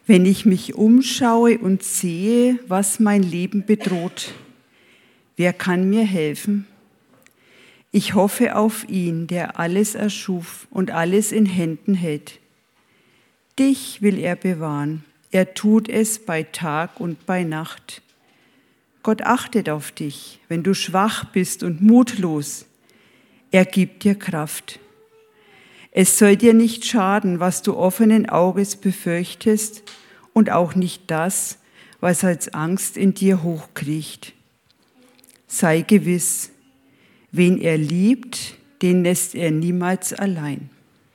Wenn ich mich umschaue und sehe, was mein Leben bedroht, wer kann mir helfen? Ich hoffe auf ihn, der alles erschuf und alles in Händen hält. Dich will er bewahren, er tut es bei Tag und bei Nacht. Gott achtet auf dich, wenn du schwach bist und mutlos. Er gibt dir Kraft. Es soll dir nicht schaden, was du offenen Auges befürchtest und auch nicht das, was als Angst in dir hochkriecht. Sei gewiss, wen er liebt, den lässt er niemals allein.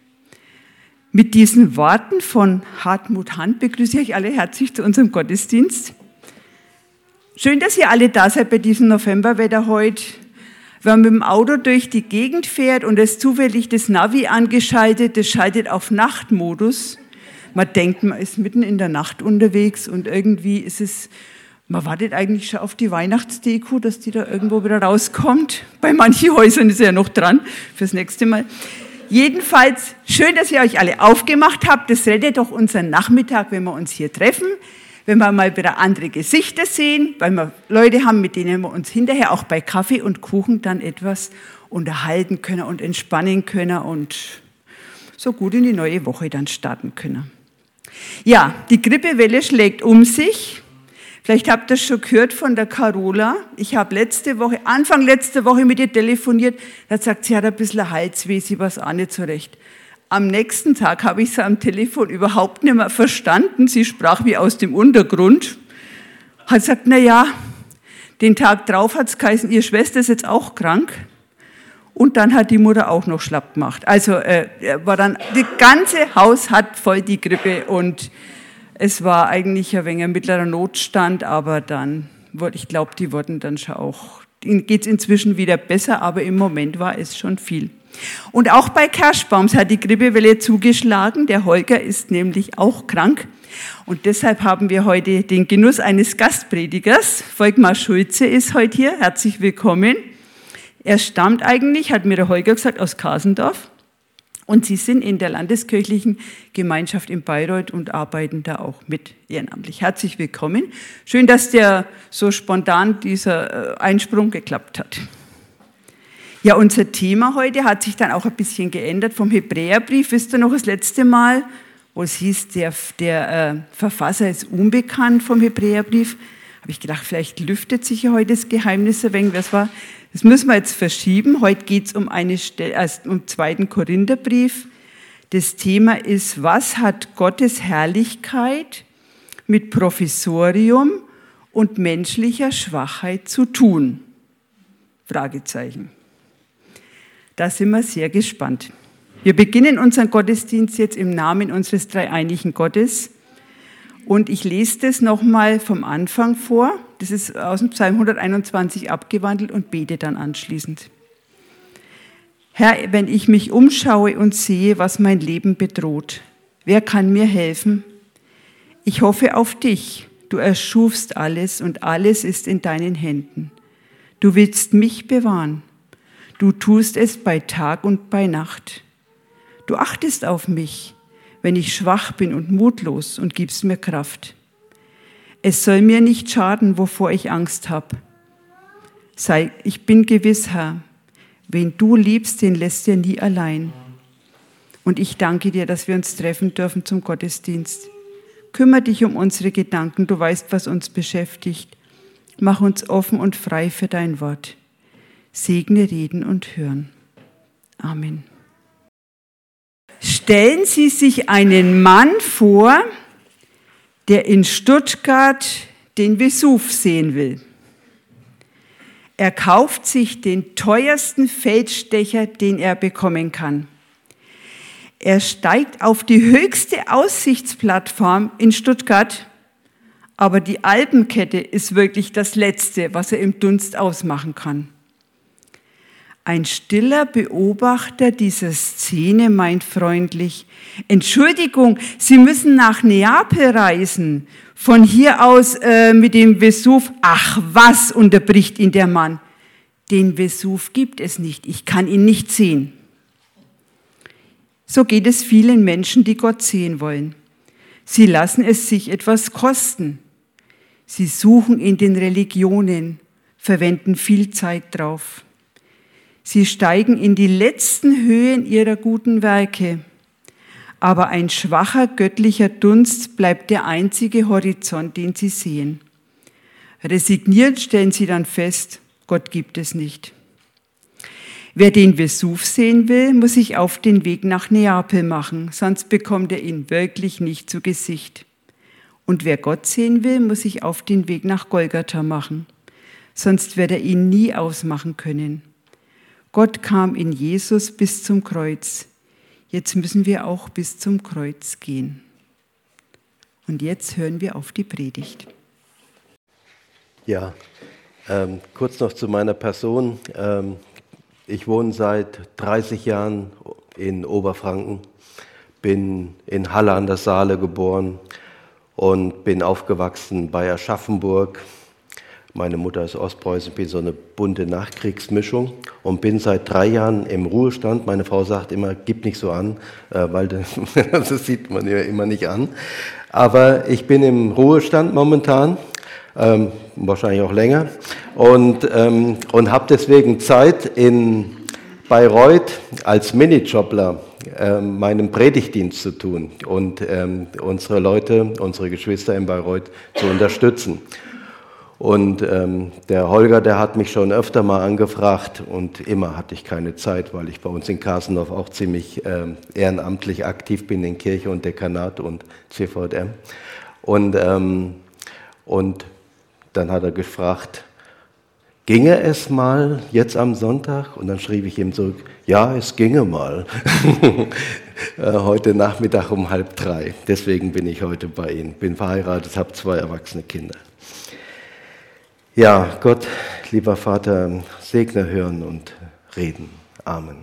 Mit diesen Worten von Hartmut Hand begrüße ich euch alle herzlich zu unserem Gottesdienst. Schön, dass ihr alle da seid bei diesem Novemberwetter heute. Wenn man mit dem Auto durch die Gegend fährt und es zufällig das Navi angeschaltet, das schaltet auf Nachtmodus. Man denkt, man ist mitten in der Nacht unterwegs und irgendwie ist es, man wartet eigentlich schon auf die Weihnachtsdeko, dass die da irgendwo wieder rauskommt. Bei manchen Häusern ist er ja noch dran fürs nächste Mal. Jedenfalls schön, dass ihr euch alle aufgemacht habt. Das rettet doch unseren Nachmittag, wenn wir uns hier treffen. Wenn wir mal wieder andere Gesichter sehen, weil wir Leute haben, mit denen wir uns hinterher auch bei Kaffee und Kuchen dann etwas unterhalten können und entspannen können und so gut in die neue Woche dann starten können. Ja, die Grippewelle schlägt um sich. Vielleicht habt ihr es schon gehört von der Carola. Ich habe Anfang letzte Woche mit ihr telefoniert. Da hat gesagt, sie hat ein bisschen Halsweh, sie weiß auch nicht so recht. Am nächsten Tag habe ich sie am Telefon überhaupt nicht mehr verstanden. Sie sprach wie aus dem Untergrund. Hat gesagt, den Tag drauf hat es geheißen, ihre Schwester ist jetzt auch krank. Und dann hat die Mutter auch noch schlapp gemacht. Also das ganze Haus hat voll die Grippe und es war eigentlich ein wenig ein mittlerer Notstand, aber dann, ich glaube, die wurden dann schon auch, ihnen geht es inzwischen wieder besser, aber im Moment war es schon viel. Und auch bei Kerschbaums hat die Grippewelle zugeschlagen. Der Holger ist nämlich auch krank. Und deshalb haben wir heute den Genuss eines Gastpredigers. Volkmar Schulze ist heute hier. Herzlich willkommen. Er stammt eigentlich, hat mir der Holger gesagt, aus Kasendorf. Und Sie sind in der Landeskirchlichen Gemeinschaft in Bayreuth und arbeiten da auch mit ehrenamtlich. Herzlich willkommen. Schön, dass der so spontan dieser Einsprung geklappt hat. Ja, unser Thema heute hat sich dann auch ein bisschen geändert vom Hebräerbrief. Wisst ihr noch das letzte Mal, wo es hieß, der Verfasser ist unbekannt vom Hebräerbrief? Habe ich gedacht, vielleicht lüftet sich ja heute das Geheimnis ein wenig. Das müssen wir jetzt verschieben. Heute geht es um um 2. Korintherbrief. Das Thema ist, was hat Gottes Herrlichkeit mit Provisorium und menschlicher Schwachheit zu tun? Fragezeichen. Da sind wir sehr gespannt. Wir beginnen unseren Gottesdienst jetzt im Namen unseres dreieinigen Gottes. Und ich lese das nochmal vom Anfang vor. Das ist aus dem Psalm 121 abgewandelt und bete dann anschließend. Herr, wenn ich mich umschaue und sehe, was mein Leben bedroht, wer kann mir helfen? Ich hoffe auf dich. Du erschufst alles und alles ist in deinen Händen. Du willst mich bewahren. Du tust es bei Tag und bei Nacht. Du achtest auf mich, wenn ich schwach bin und mutlos und gibst mir Kraft. Es soll mir nicht schaden, wovor ich Angst habe. Ich bin gewiss, Herr, wen du liebst, den lässt dir nie allein. Und ich danke dir, dass wir uns treffen dürfen zum Gottesdienst. Kümmere dich um unsere Gedanken, du weißt, was uns beschäftigt. Mach uns offen und frei für dein Wort. Segne Reden und Hören. Amen. Stellen Sie sich einen Mann vor, der in Stuttgart den Vesuv sehen will. Er kauft sich den teuersten Feldstecher, den er bekommen kann. Er steigt auf die höchste Aussichtsplattform in Stuttgart, aber die Alpenkette ist wirklich das Letzte, was er im Dunst ausmachen kann. Ein stiller Beobachter dieser Szene meint freundlich, Entschuldigung, Sie müssen nach Neapel reisen. Von hier aus mit dem Vesuv. Ach was, unterbricht ihn der Mann. Den Vesuv gibt es nicht, ich kann ihn nicht sehen. So geht es vielen Menschen, die Gott sehen wollen. Sie lassen es sich etwas kosten. Sie suchen in den Religionen, verwenden viel Zeit drauf. Sie steigen in die letzten Höhen ihrer guten Werke. Aber ein schwacher göttlicher Dunst bleibt der einzige Horizont, den sie sehen. Resigniert stellen sie dann fest, Gott gibt es nicht. Wer den Vesuv sehen will, muss sich auf den Weg nach Neapel machen, sonst bekommt er ihn wirklich nicht zu Gesicht. Und wer Gott sehen will, muss sich auf den Weg nach Golgatha machen, sonst wird er ihn nie ausmachen können. Gott kam in Jesus bis zum Kreuz. Jetzt müssen wir auch bis zum Kreuz gehen. Und jetzt hören wir auf die Predigt. Ja, kurz noch zu meiner Person. Ich wohne seit 30 Jahren in Oberfranken, bin in Halle an der Saale geboren und bin aufgewachsen bei Aschaffenburg. Meine Mutter ist Ostpreußen, bin so eine bunte Nachkriegsmischung und bin seit 3 Jahren im Ruhestand. Meine Frau sagt immer, gib nicht so an, weil das sieht man ja immer nicht an. Aber ich bin im Ruhestand momentan, wahrscheinlich auch länger, und habe deswegen Zeit in Bayreuth als Minijobler meinen Predigtdienst zu tun und unsere Leute, unsere Geschwister in Bayreuth zu unterstützen. Und der Holger, der hat mich schon öfter mal angefragt und immer hatte ich keine Zeit, weil ich bei uns in Karsendorf auch ziemlich ehrenamtlich aktiv bin in Kirche und Dekanat und CVM. Und dann hat er gefragt, ginge es mal jetzt am Sonntag? Und dann schrieb ich ihm zurück, ja, es ginge mal. Heute Nachmittag um 2:30. Deswegen bin ich heute bei Ihnen. Bin verheiratet, habe 2 erwachsene Kinder. Ja, Gott, lieber Vater, segne, hören und reden. Amen.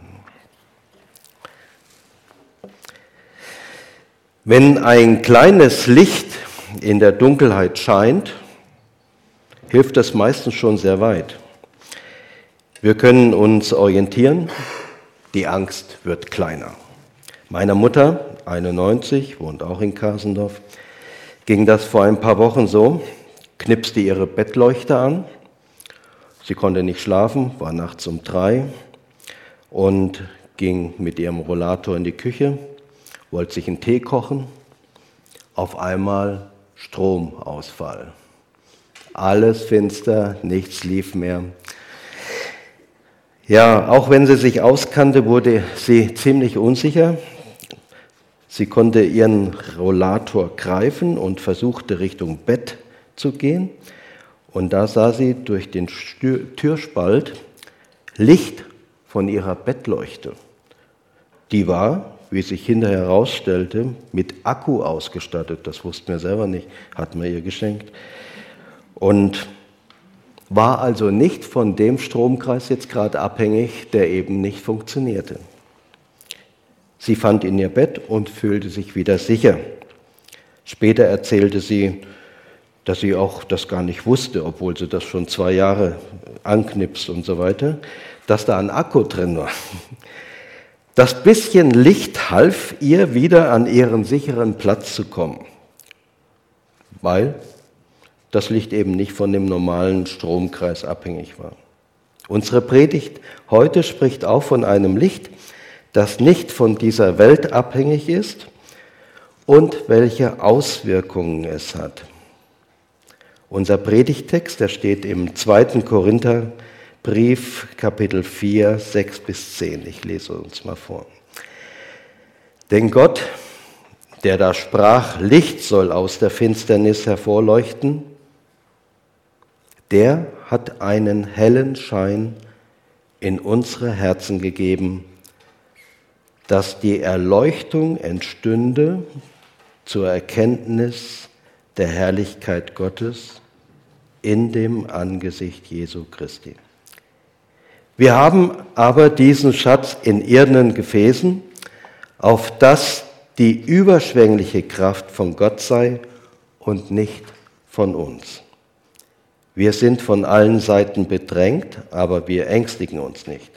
Wenn ein kleines Licht in der Dunkelheit scheint, hilft das meistens schon sehr weit. Wir können uns orientieren, die Angst wird kleiner. Meiner Mutter, 91, wohnt auch in Karsendorf, ging das vor ein paar Wochen so, knipste ihre Bettleuchte an. Sie konnte nicht schlafen, war nachts um 3 und ging mit ihrem Rollator in die Küche, wollte sich einen Tee kochen. Auf einmal Stromausfall. Alles finster, nichts lief mehr. Ja, auch wenn sie sich auskannte, wurde sie ziemlich unsicher. Sie konnte ihren Rollator greifen und versuchte Richtung Bett zu gehen. Und da sah sie durch den Türspalt Licht von ihrer Bettleuchte. Die war, wie sich hinterher herausstellte, mit Akku ausgestattet. Das wussten wir selber nicht, hatten wir ihr geschenkt. Und war also nicht von dem Stromkreis jetzt gerade abhängig, der eben nicht funktionierte. Sie fand in ihr Bett und fühlte sich wieder sicher. Später erzählte sie, dass sie auch das gar nicht wusste, obwohl sie das schon 2 Jahre anknipst und so weiter, dass da ein Akku drin war. Das bisschen Licht half ihr, wieder an ihren sicheren Platz zu kommen, weil das Licht eben nicht von dem normalen Stromkreis abhängig war. Unsere Predigt heute spricht auch von einem Licht, das nicht von dieser Welt abhängig ist und welche Auswirkungen es hat. Unser Predigttext, der steht im 2. Korintherbrief, Kapitel 4, 6-10. Ich lese uns mal vor. Denn Gott, der da sprach, Licht soll aus der Finsternis hervorleuchten, der hat einen hellen Schein in unsere Herzen gegeben, dass die Erleuchtung entstünde zur Erkenntnis der Herrlichkeit Gottes in dem Angesicht Jesu Christi. Wir haben aber diesen Schatz in irdenen Gefäßen, auf dass die überschwängliche Kraft von Gott sei und nicht von uns. Wir sind von allen Seiten bedrängt, aber wir ängstigen uns nicht.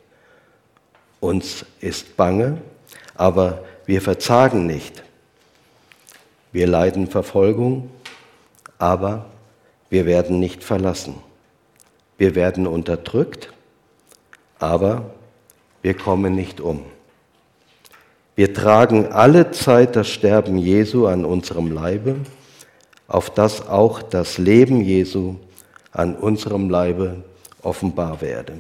Uns ist bange, aber wir verzagen nicht. Wir leiden Verfolgung, aber wir werden nicht verlassen. Wir werden unterdrückt, aber wir kommen nicht um. Wir tragen alle Zeit das Sterben Jesu an unserem Leibe, auf das auch das Leben Jesu an unserem Leibe offenbar werde.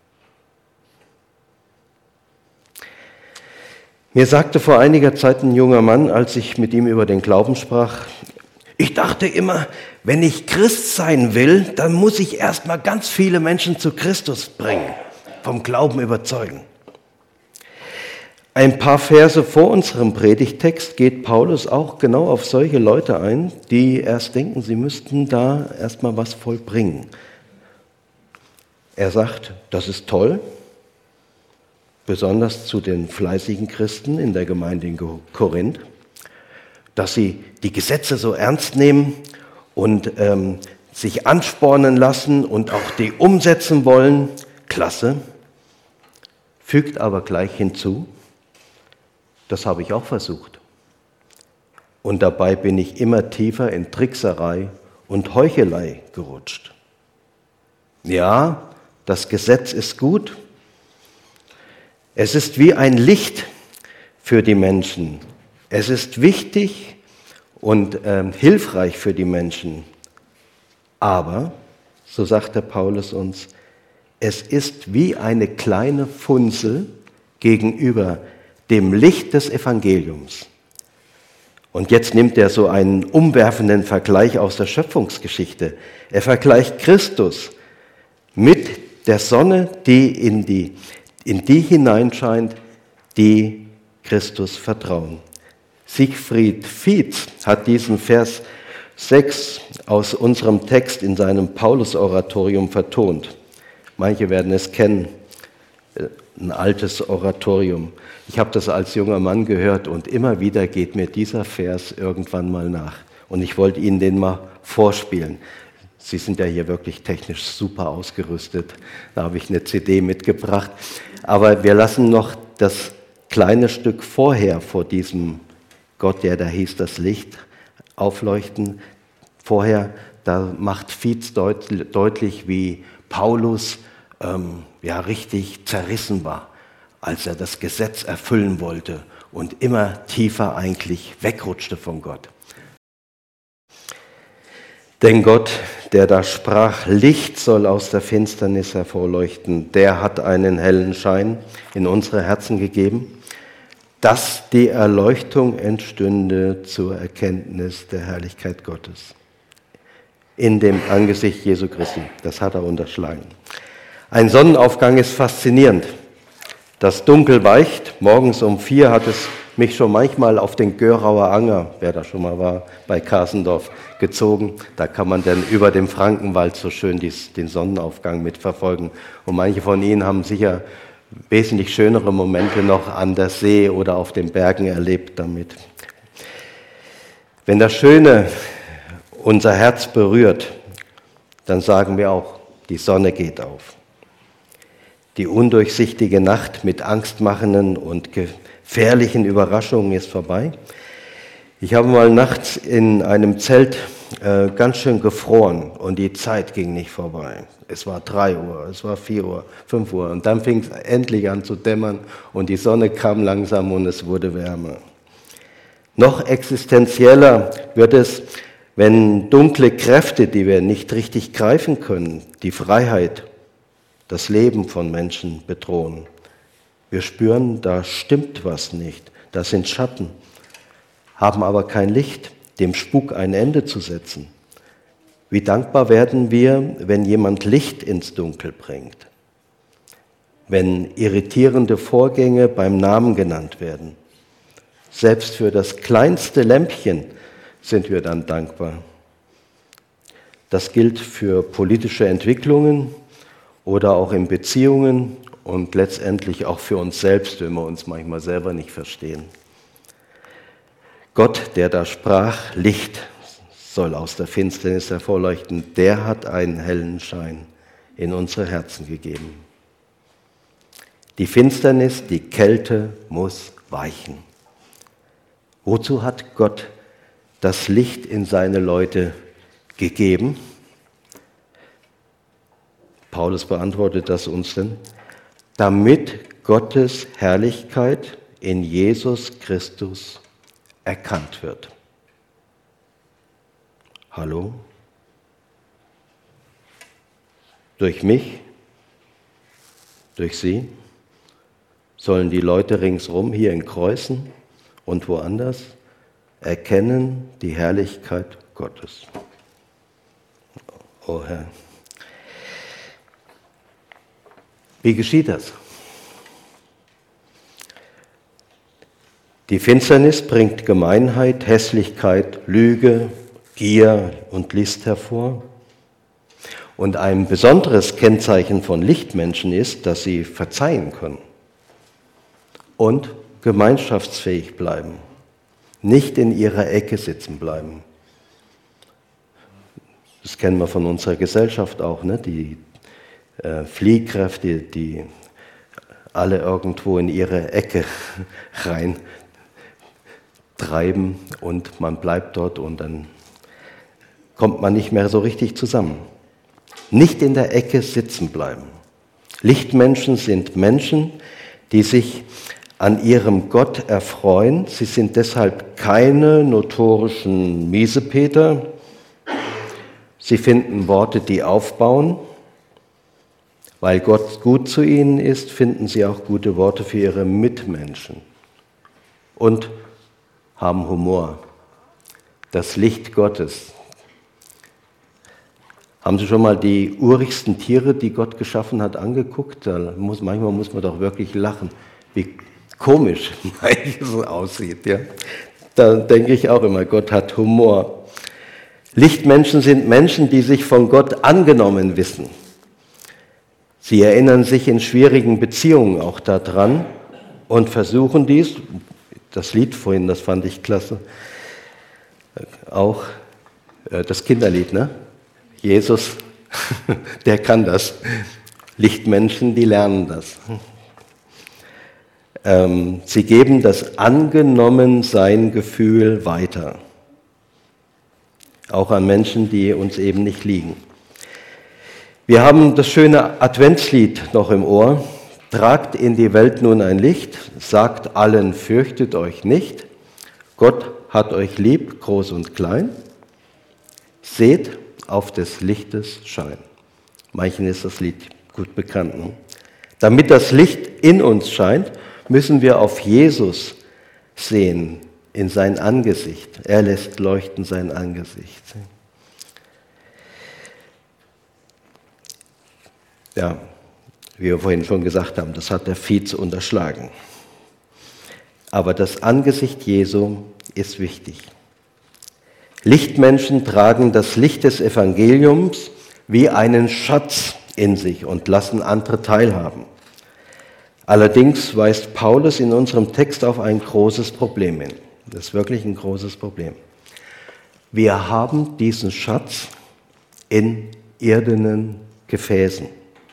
Mir sagte vor einiger Zeit ein junger Mann, als ich mit ihm über den Glauben sprach, ich dachte immer, wenn ich Christ sein will, dann muss ich erstmal ganz viele Menschen zu Christus bringen, vom Glauben überzeugen. Ein paar Verse vor unserem Predigtext geht Paulus auch genau auf solche Leute ein, die erst denken, sie müssten da erstmal was vollbringen. Er sagt, das ist toll, besonders zu den fleißigen Christen in der Gemeinde in Korinth, dass sie die Gesetze so ernst nehmen und sich anspornen lassen und auch die umsetzen wollen. Klasse. Fügt aber gleich hinzu, das habe ich auch versucht. Und dabei bin ich immer tiefer in Trickserei und Heuchelei gerutscht. Ja, das Gesetz ist gut. Es ist wie ein Licht für die Menschen. Es ist wichtig und hilfreich für die Menschen. Aber, so sagt der Paulus uns, es ist wie eine kleine Funzel gegenüber dem Licht des Evangeliums. Und jetzt nimmt er so einen umwerfenden Vergleich aus der Schöpfungsgeschichte. Er vergleicht Christus mit der Sonne, die in die hineinscheint, die Christus vertrauen. Siegfried Fietz hat diesen Vers 6 aus unserem Text in seinem Paulus-Oratorium vertont. Manche werden es kennen, ein altes Oratorium. Ich habe das als junger Mann gehört und immer wieder geht mir dieser Vers irgendwann mal nach. Und ich wollte Ihnen den mal vorspielen. Sie sind ja hier wirklich technisch super ausgerüstet. Da habe ich eine CD mitgebracht. Aber wir lassen noch das kleine Stück vorher vor diesem Gott, der da hieß, das Licht aufleuchten. Vorher, da macht Fietz deutlich, wie Paulus richtig zerrissen war, als er das Gesetz erfüllen wollte und immer tiefer eigentlich wegrutschte von Gott. Denn Gott, der da sprach, Licht soll aus der Finsternis hervorleuchten, der hat einen hellen Schein in unsere Herzen gegeben, dass die Erleuchtung entstünde zur Erkenntnis der Herrlichkeit Gottes. In dem Angesicht Jesu Christi, das hat er unterschlagen. Ein Sonnenaufgang ist faszinierend. Das Dunkel weicht, morgens um 4 hat es mich schon manchmal auf den Görauer Anger, wer da schon mal war, bei Kasendorf gezogen. Da kann man dann über dem Frankenwald so schön den Sonnenaufgang mitverfolgen. Und manche von Ihnen haben sicher wesentlich schönere Momente noch an der See oder auf den Bergen erlebt damit. Wenn das Schöne unser Herz berührt, dann sagen wir auch, die Sonne geht auf. Die undurchsichtige Nacht mit angstmachenden und gefährlichen Überraschungen ist vorbei. Ich habe mal nachts in einem Zelt ganz schön gefroren und die Zeit ging nicht vorbei. Es war 3 Uhr, es war 4 Uhr, 5 Uhr und dann fing es endlich an zu dämmern und die Sonne kam langsam und es wurde wärmer. Noch existenzieller wird es, wenn dunkle Kräfte, die wir nicht richtig greifen können, die Freiheit, das Leben von Menschen bedrohen. Wir spüren, da stimmt was nicht, das sind Schatten, haben aber kein Licht, dem Spuk ein Ende zu setzen. Wie dankbar werden wir, wenn jemand Licht ins Dunkel bringt, wenn irritierende Vorgänge beim Namen genannt werden. Selbst für das kleinste Lämpchen sind wir dann dankbar. Das gilt für politische Entwicklungen oder auch in Beziehungen und letztendlich auch für uns selbst, wenn wir uns manchmal selber nicht verstehen. Gott, der da sprach, Licht soll aus der Finsternis hervorleuchten, der hat einen hellen Schein in unsere Herzen gegeben. Die Finsternis, die Kälte muss weichen. Wozu hat Gott das Licht in seine Leute gegeben? Paulus beantwortet das uns denn, damit Gottes Herrlichkeit in Jesus Christus erkannt wird. Hallo? Durch mich, durch Sie, sollen die Leute ringsherum hier in Kreuzen und woanders erkennen die Herrlichkeit Gottes. Oh Herr. Wie geschieht das? Die Finsternis bringt Gemeinheit, Hässlichkeit, Lüge, Gier und List hervor. Und ein besonderes Kennzeichen von Lichtmenschen ist, dass sie verzeihen können und gemeinschaftsfähig bleiben, nicht in ihrer Ecke sitzen bleiben. Das kennen wir von unserer Gesellschaft auch, ne? Die Fliehkräfte, die alle irgendwo in ihre Ecke rein treiben und man bleibt dort und dann kommt man nicht mehr so richtig zusammen. Nicht in der Ecke sitzen bleiben. Lichtmenschen sind Menschen, die sich an ihrem Gott erfreuen. Sie sind deshalb keine notorischen Miesepeter. Sie finden Worte, die aufbauen. Weil Gott gut zu ihnen ist, finden sie auch gute Worte für ihre Mitmenschen. Und haben Humor. Das Licht Gottes. Haben Sie schon mal die urigsten Tiere, die Gott geschaffen hat, angeguckt? Manchmal muss man doch wirklich lachen, wie komisch manches aussieht. Ja? Da denke ich auch immer, Gott hat Humor. Lichtmenschen sind Menschen, die sich von Gott angenommen wissen. Sie erinnern sich in schwierigen Beziehungen auch daran und versuchen dies, das Lied vorhin, das fand ich klasse, auch das Kinderlied, ne? Jesus, der kann das. Lichtmenschen, die lernen das. Sie geben das Angenommensein-Gefühl weiter. Auch an Menschen, die uns eben nicht liegen. Wir haben das schöne Adventslied noch im Ohr. Tragt in die Welt nun ein Licht, sagt allen, fürchtet euch nicht. Gott hat euch lieb, groß und klein. Seht auf des Lichtes Schein. Manchen ist das Lied gut bekannt. Ne? Damit das Licht in uns scheint, müssen wir auf Jesus sehen, in sein Angesicht. Er lässt leuchten sein Angesicht. Ja, wie wir vorhin schon gesagt haben, das hat der Vize unterschlagen. Aber das Angesicht Jesu ist wichtig. Lichtmenschen tragen das Licht des Evangeliums wie einen Schatz in sich und lassen andere teilhaben. Allerdings weist Paulus in unserem Text auf ein großes Problem hin. Das ist wirklich ein großes Problem. Wir haben diesen Schatz in irdenen Gefäßen.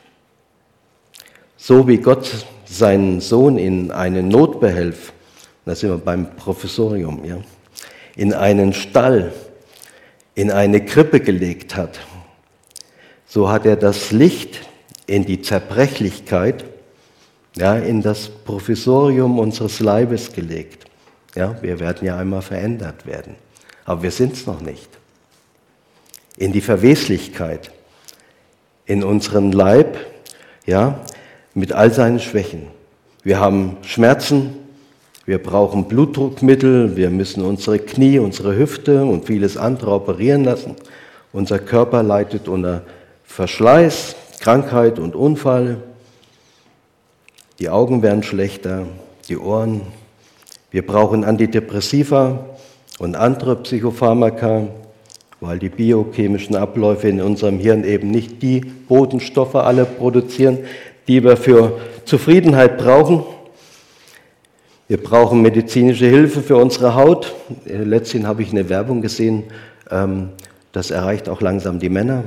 So wie Gott seinen Sohn in einen Notbehelf, da sind wir beim Professorium, ja, in einen Stall, in eine Krippe gelegt hat, so hat er das Licht in die Zerbrechlichkeit, ja, in das Provisorium unseres Leibes gelegt. Ja, wir werden ja einmal verändert werden, aber wir sind es noch nicht. In die Verweslichkeit, in unseren Leib, ja, mit all seinen Schwächen. Wir haben Schmerzen, wir brauchen Blutdruckmittel, wir müssen unsere Knie, unsere Hüfte und vieles andere operieren lassen. Unser Körper leidet unter Verschleiß, Krankheit und Unfall. Die Augen werden schlechter, die Ohren. Wir brauchen Antidepressiva und andere Psychopharmaka, weil die biochemischen Abläufe in unserem Hirn eben nicht die Botenstoffe alle produzieren, die wir für Zufriedenheit brauchen. Wir brauchen medizinische Hilfe für unsere Haut. Letztens habe ich eine Werbung gesehen, das erreicht auch langsam die Männer.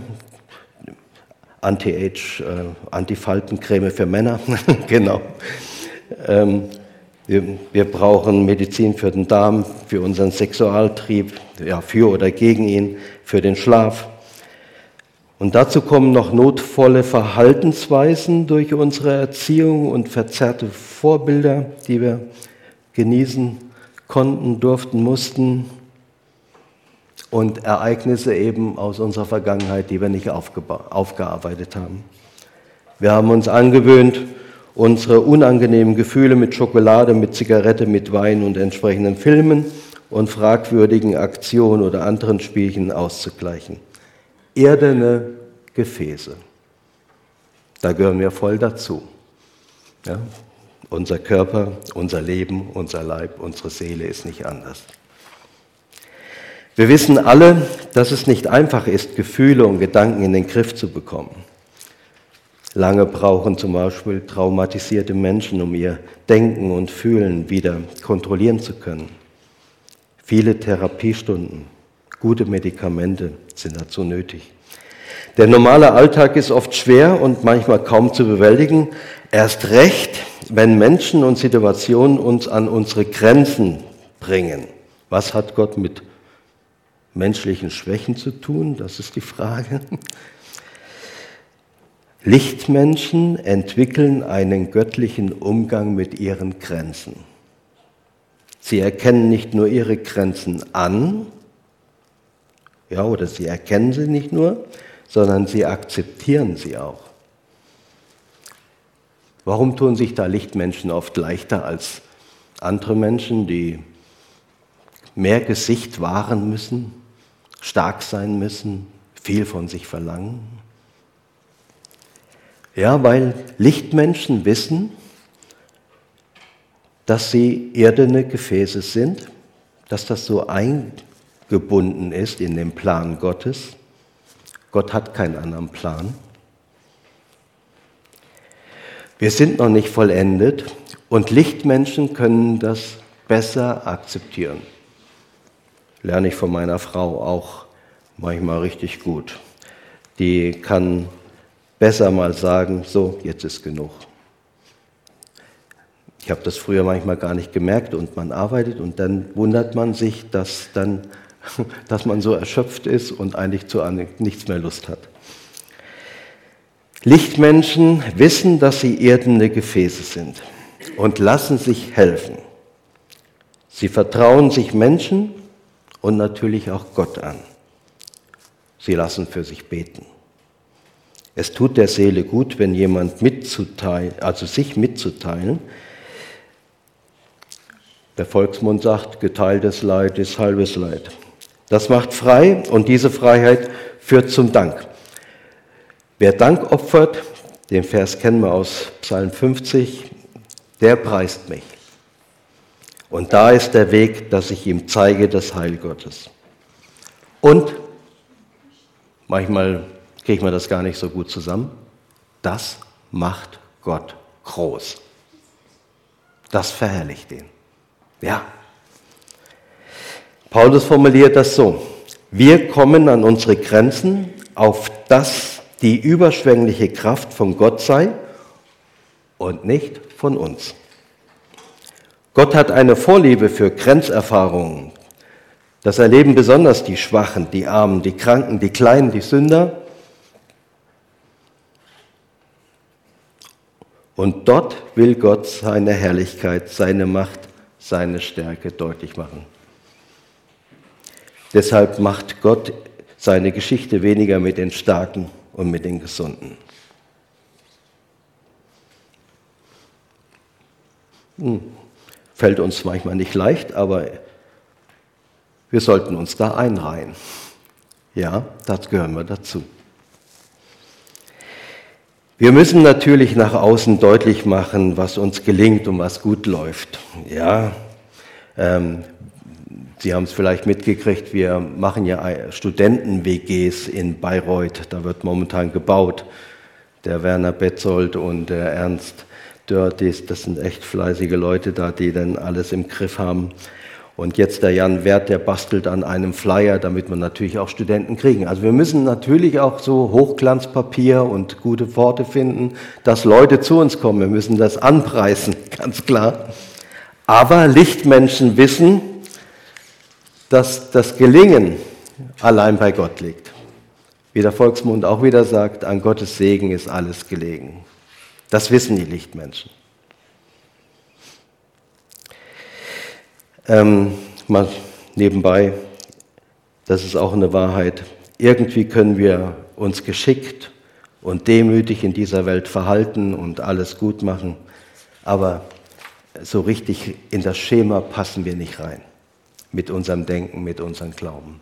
Anti-Age, Antifaltencreme für Männer, genau. Wir brauchen Medizin für den Darm, für unseren Sexualtrieb, ja, für oder gegen ihn, für den Schlaf. Und dazu kommen noch notvolle Verhaltensweisen durch unsere Erziehung und verzerrte Vorbilder, die wir genießen konnten, durften, mussten. Und Ereignisse eben aus unserer Vergangenheit, die wir nicht aufgearbeitet haben. Wir haben uns angewöhnt, unsere unangenehmen Gefühle mit Schokolade, mit Zigarette, mit Wein und entsprechenden Filmen und fragwürdigen Aktionen oder anderen Spielchen auszugleichen. Erdene Gefäße. Da gehören wir voll dazu. Ja? Unser Körper, unser Leben, unser Leib, unsere Seele ist nicht anders. Wir wissen alle, dass es nicht einfach ist, Gefühle und Gedanken in den Griff zu bekommen. Lange brauchen zum Beispiel traumatisierte Menschen, um ihr Denken und Fühlen wieder kontrollieren zu können. Viele Therapiestunden, gute Medikamente sind dazu nötig. Der normale Alltag ist oft schwer und manchmal kaum zu bewältigen. Erst recht, wenn Menschen und Situationen uns an unsere Grenzen bringen. Was hat Gott mit menschlichen Schwächen zu tun? Das ist die Frage. Lichtmenschen entwickeln einen göttlichen Umgang mit ihren Grenzen. Sie erkennen nicht nur ihre Grenzen an, ja, oder sie erkennen sie nicht nur, sondern sie akzeptieren sie auch. Warum tun sich da Lichtmenschen oft leichter als andere Menschen, die mehr Gesicht wahren müssen, stark sein müssen, viel von sich verlangen? Ja, weil Lichtmenschen wissen, dass sie erdene Gefäße sind, dass das so eingebunden ist in den Plan Gottes. Gott hat keinen anderen Plan. Wir sind noch nicht vollendet und Lichtmenschen können das besser akzeptieren. Lerne ich von meiner Frau auch manchmal richtig gut. Die kann besser mal sagen, so, jetzt ist genug. Ich habe das früher manchmal gar nicht gemerkt und man arbeitet und dann wundert man sich, dass man so erschöpft ist und eigentlich zu nichts mehr Lust hat. Lichtmenschen wissen, dass sie erdene Gefäße sind und lassen sich helfen. Sie vertrauen sich Menschen und natürlich auch Gott an. Sie lassen für sich beten. Es tut der Seele gut, wenn jemand sich mitzuteilen. Der Volksmund sagt, geteiltes Leid ist halbes Leid. Das macht frei und diese Freiheit führt zum Dank. Wer Dank opfert, den Vers kennen wir aus Psalm 50, der preist mich. Und da ist der Weg, dass ich ihm zeige, das Heil Gottes. Und manchmal kriegt man das gar nicht so gut zusammen. Das macht Gott groß. Das verherrlicht ihn. Ja. Paulus formuliert das so: Wir kommen an unsere Grenzen, auf dass die überschwängliche Kraft von Gott sei und nicht von uns. Gott hat eine Vorliebe für Grenzerfahrungen. Das erleben besonders die Schwachen, die Armen, die Kranken, die Kleinen, die Sünder. Und dort will Gott seine Herrlichkeit, seine Macht, seine Stärke deutlich machen. Deshalb macht Gott seine Geschichte weniger mit den Starken und mit den Gesunden. Fällt uns manchmal nicht leicht, aber wir sollten uns da einreihen. Ja, das gehören wir dazu. Wir müssen natürlich nach außen deutlich machen, was uns gelingt und was gut läuft. Ja, Sie haben es vielleicht mitgekriegt, wir machen ja Studenten-WGs in Bayreuth, da wird momentan gebaut. Der Werner Betzold und der Ernst Dörr, das sind echt fleißige Leute da, die dann alles im Griff haben. Und jetzt der Jan Wert, der bastelt an einem Flyer, damit wir natürlich auch Studenten kriegen. Also wir müssen natürlich auch so Hochglanzpapier und gute Worte finden, dass Leute zu uns kommen. Wir müssen das anpreisen, ganz klar. Aber Lichtmenschen wissen, dass das Gelingen allein bei Gott liegt. Wie der Volksmund auch wieder sagt, an Gottes Segen ist alles gelegen. Das wissen die Lichtmenschen. Mal nebenbei, das ist auch eine Wahrheit. Irgendwie können wir uns geschickt und demütig in dieser Welt verhalten und alles gut machen, aber so richtig in das Schema passen wir nicht rein. Mit unserem Denken, mit unserem Glauben.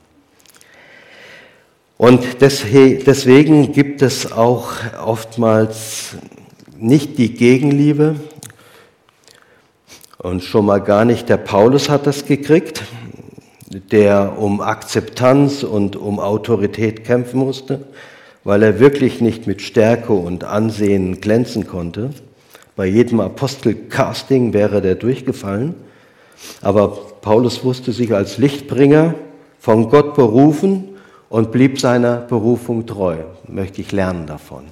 Und deswegen gibt es auch oftmals nicht die Gegenliebe und schon mal gar nicht der Paulus hat das gekriegt, der um Akzeptanz und um Autorität kämpfen musste, weil er wirklich nicht mit Stärke und Ansehen glänzen konnte. Bei jedem Apostelcasting wäre der durchgefallen, aber Paulus wusste sich als Lichtbringer von Gott berufen und blieb seiner Berufung treu. Möchte ich lernen davon.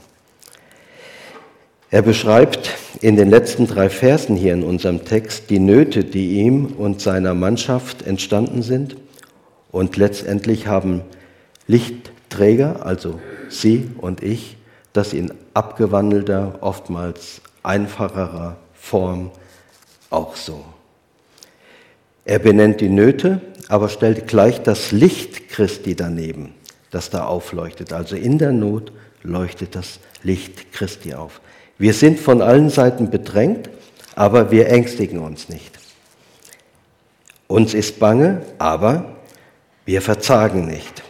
Er beschreibt in den letzten 3 Versen hier in unserem Text die Nöte, die ihm und seiner Mannschaft entstanden sind. Und letztendlich haben Lichtträger, also Sie und ich, das in abgewandelter, oftmals einfacherer Form auch so. Er benennt die Nöte, aber stellt gleich das Licht Christi daneben, das da aufleuchtet. Also in der Not leuchtet das Licht Christi auf. Wir sind von allen Seiten bedrängt, aber wir ängstigen uns nicht. Uns ist bange, aber wir verzagen nicht.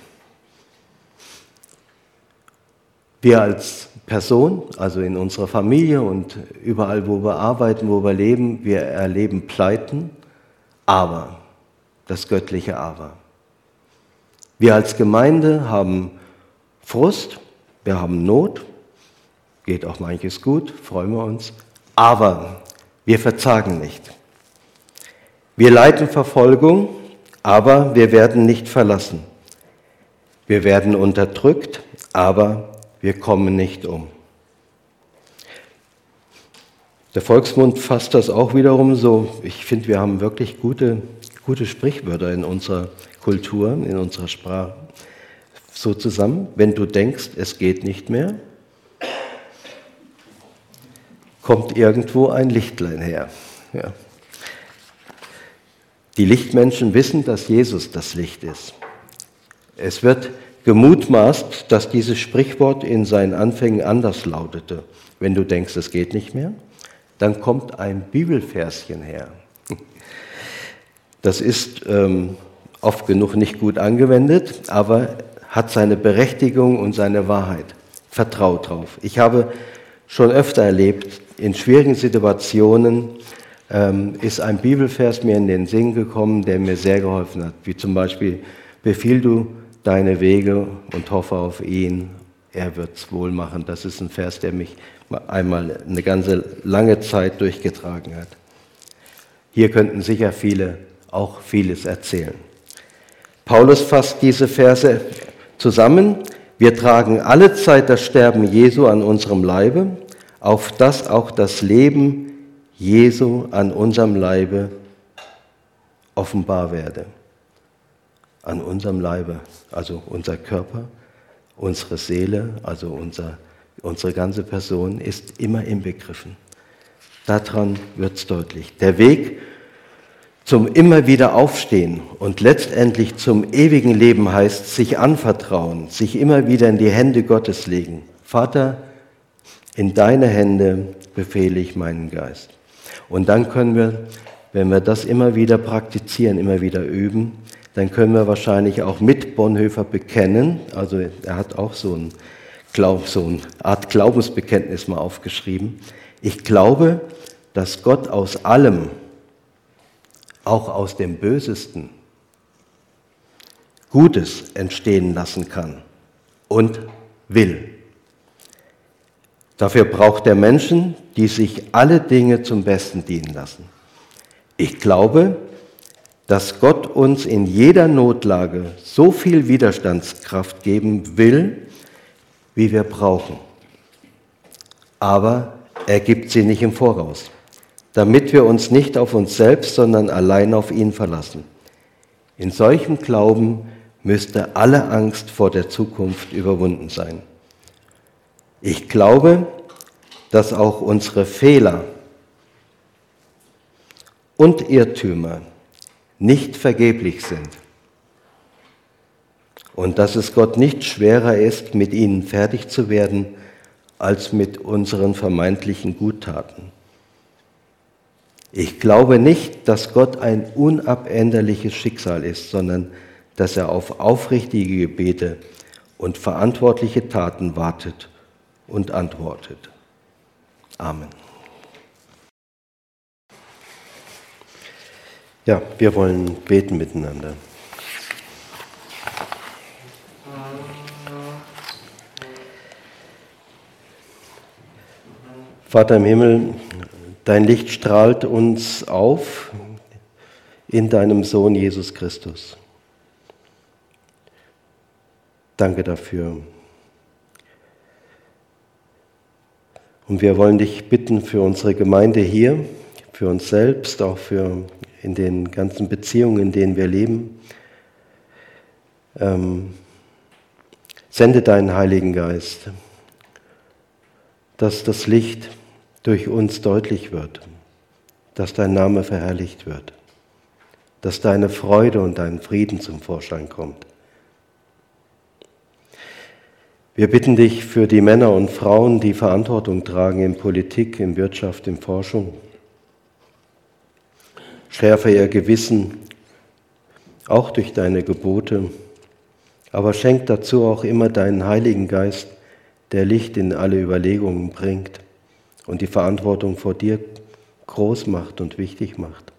Wir als Person, also in unserer Familie und überall, wo wir arbeiten, wo wir leben, wir erleben Pleiten, aber, das göttliche Aber. Wir als Gemeinde haben Frust, wir haben Not, geht auch manches gut, freuen wir uns, aber wir verzagen nicht. Wir leiden Verfolgung, aber wir werden nicht verlassen. Wir werden unterdrückt, aber wir kommen nicht um. Der Volksmund fasst das auch wiederum so. Ich finde, wir haben wirklich gute Sprichwörter in unserer Kultur, in unserer Sprache. So zusammen, wenn du denkst, es geht nicht mehr, kommt irgendwo ein Lichtlein her. Ja. Die Lichtmenschen wissen, dass Jesus das Licht ist. Es wird gemutmaßt, dass dieses Sprichwort in seinen Anfängen anders lautete. Wenn du denkst, es geht nicht mehr, dann kommt ein Bibelverschen her. Das ist oft genug nicht gut angewendet, aber hat seine Berechtigung und seine Wahrheit. Vertraut drauf. Ich habe schon öfter erlebt, in schwierigen Situationen ist ein Bibelvers mir in den Sinn gekommen, der mir sehr geholfen hat. Wie zum Beispiel, befiehl du deine Wege und hoffe auf ihn, er wird's wohl machen. Das ist ein Vers, der mich einmal eine ganze lange Zeit durchgetragen hat. Hier könnten sicher viele auch vieles erzählen. Paulus fasst diese Verse zusammen. Wir tragen alle Zeit das Sterben Jesu an unserem Leibe, auf dass auch das Leben Jesu an unserem Leibe offenbar werde. An unserem Leibe, also unser Körper, unsere Seele, also unsere ganze Person ist immer inbegriffen. Daran wird es deutlich. Der Weg zum immer wieder Aufstehen und letztendlich zum ewigen Leben heißt, sich anvertrauen, sich immer wieder in die Hände Gottes legen. Vater, in deine Hände befehle ich meinen Geist. Und dann können wir, wenn wir das immer wieder praktizieren, immer wieder üben, dann können wir wahrscheinlich auch mit Bonhoeffer bekennen, also er hat auch so eine Art Glaubensbekenntnis mal aufgeschrieben. Ich glaube, dass Gott aus allem, auch aus dem Bösesten, Gutes entstehen lassen kann und will. Dafür braucht er Menschen, die sich alle Dinge zum Besten dienen lassen. Ich glaube, dass Gott uns in jeder Notlage so viel Widerstandskraft geben will, wie wir brauchen. Aber er gibt sie nicht im Voraus. damit wir uns nicht auf uns selbst, sondern allein auf ihn verlassen. In solchem Glauben müsste alle Angst vor der Zukunft überwunden sein. Ich glaube, dass auch unsere Fehler und Irrtümer nicht vergeblich sind und dass es Gott nicht schwerer ist, mit ihnen fertig zu werden, als mit unseren vermeintlichen Guttaten. Ich glaube nicht, dass Gott ein unabänderliches Schicksal ist, sondern dass er auf aufrichtige Gebete und verantwortliche Taten wartet und antwortet. Amen. Ja, wir wollen beten miteinander. Vater im Himmel, dein Licht strahlt uns auf in deinem Sohn Jesus Christus. Danke dafür. Und wir wollen dich bitten für unsere Gemeinde hier, für uns selbst, auch für in den ganzen Beziehungen, in denen wir leben. Sende deinen Heiligen Geist, dass das Licht durch uns deutlich wird, dass dein Name verherrlicht wird, dass deine Freude und dein Frieden zum Vorschein kommt. Wir bitten dich für die Männer und Frauen, die Verantwortung tragen in Politik, in Wirtschaft, in Forschung. Schärfe ihr Gewissen, auch durch deine Gebote, aber schenk dazu auch immer deinen Heiligen Geist, der Licht in alle Überlegungen bringt und die Verantwortung vor dir groß macht und wichtig macht.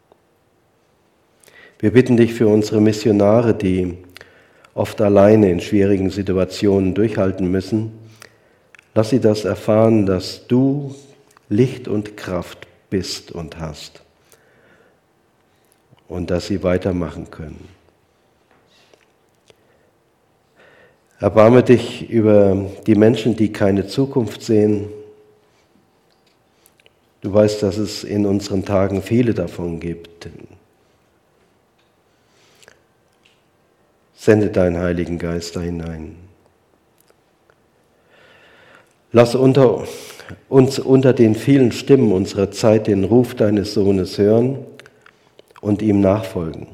Wir bitten dich für unsere Missionare, die oft alleine in schwierigen Situationen durchhalten müssen. Lass sie das erfahren, dass du Licht und Kraft bist und hast und dass sie weitermachen können. Erbarme dich über die Menschen, die keine Zukunft sehen. Du weißt, dass es in unseren Tagen viele davon gibt. Sende deinen Heiligen Geist da hinein. Lass uns unter den vielen Stimmen unserer Zeit den Ruf deines Sohnes hören und ihm nachfolgen.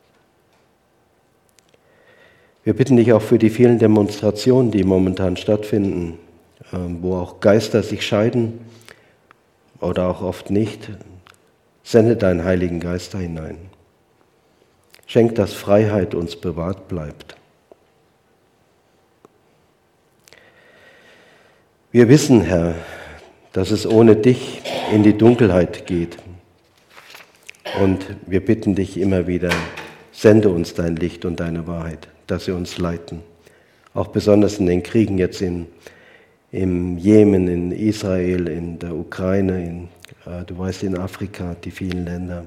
Wir bitten dich auch für die vielen Demonstrationen, die momentan stattfinden, wo auch Geister sich scheiden oder auch oft nicht. Sende deinen Heiligen Geist da hinein. Schenk, dass Freiheit uns bewahrt bleibt. Wir wissen, Herr, dass es ohne dich in die Dunkelheit geht. Und wir bitten dich immer wieder, sende uns dein Licht und deine Wahrheit, dass sie uns leiten. Auch besonders in den Kriegen jetzt im Jemen, in Israel, in der Ukraine, du weißt, in Afrika, die vielen Länder.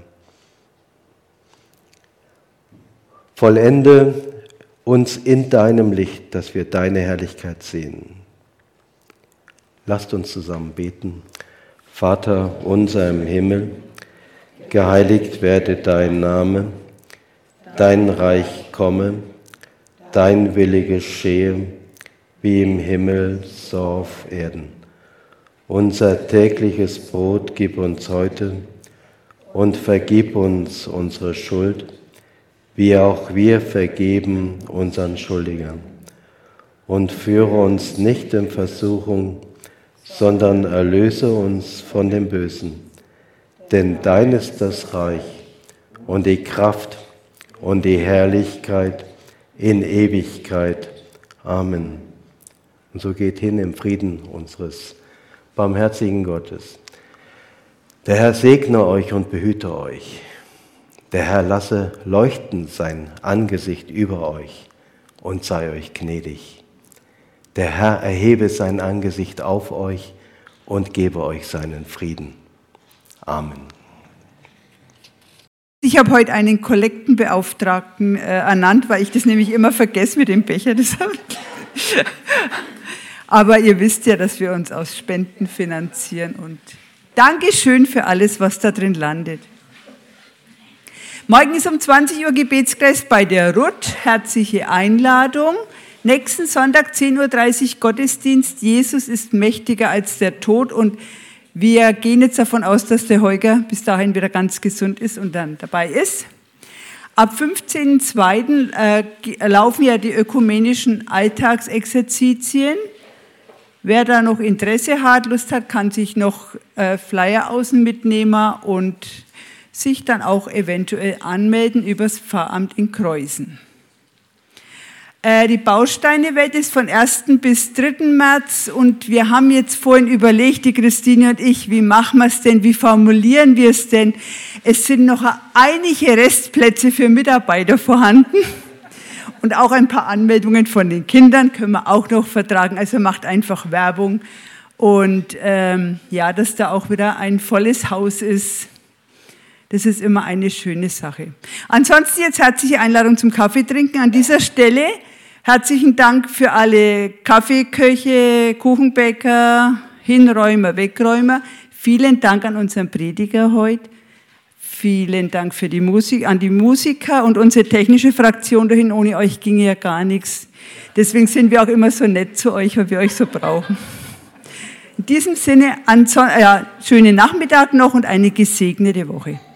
Vollende uns in deinem Licht, dass wir deine Herrlichkeit sehen. Lasst uns zusammen beten. Vater unser im Himmel, geheiligt werde dein Name, dein Reich komme, dein Wille geschehe, wie im Himmel, so auf Erden. Unser tägliches Brot gib uns heute und vergib uns unsere Schuld, wie auch wir vergeben unseren Schuldigern. Und führe uns nicht in Versuchung, sondern erlöse uns von dem Bösen. Denn dein ist das Reich und die Kraft und die Herrlichkeit in Ewigkeit. Amen. Und so geht hin im Frieden unseres barmherzigen Gottes. Der Herr segne euch und behüte euch. Der Herr lasse leuchten sein Angesicht über euch und sei euch gnädig. Der Herr erhebe sein Angesicht auf euch und gebe euch seinen Frieden. Amen. Ich habe heute einen Kollektenbeauftragten ernannt, weil ich das nämlich immer vergesse mit dem Becher. Aber ihr wisst ja, dass wir uns aus Spenden finanzieren und Dankeschön für alles, was da drin landet. Morgen ist um 20 Uhr Gebetskreis bei der Ruth. Herzliche Einladung. Nächsten Sonntag 10.30 Uhr Gottesdienst. Jesus ist mächtiger als der Tod. Und wir gehen jetzt davon aus, dass der Holger bis dahin wieder ganz gesund ist und dann dabei ist. Ab 15.02. Laufen ja die ökumenischen Alltagsexerzitien. Wer da noch Interesse hat, Lust hat, kann sich noch Flyer außen mitnehmen und sich dann auch eventuell anmelden übers Pfarramt in Kreuzen. Die Bausteine-Welt ist von 1. bis 3. März und wir haben jetzt vorhin überlegt, die Christine und ich, wie machen wir es denn, wie formulieren wir es denn? Es sind noch einige Restplätze für Mitarbeiter vorhanden und auch ein paar Anmeldungen von den Kindern können wir auch noch vertragen, also macht einfach Werbung und ja, dass da auch wieder ein volles Haus ist. Das ist immer eine schöne Sache. Ansonsten jetzt herzliche Einladung zum Kaffee trinken. An dieser Stelle herzlichen Dank für alle Kaffeeköche, Kuchenbäcker, Hinräumer, Wegräumer. Vielen Dank an unseren Prediger heute. Vielen Dank für die Musik, an die Musiker und unsere technische Fraktion dahin. Ohne euch ginge ja gar nichts. Deswegen sind wir auch immer so nett zu euch, weil wir euch so brauchen. In diesem Sinne, schönen Nachmittag noch und eine gesegnete Woche.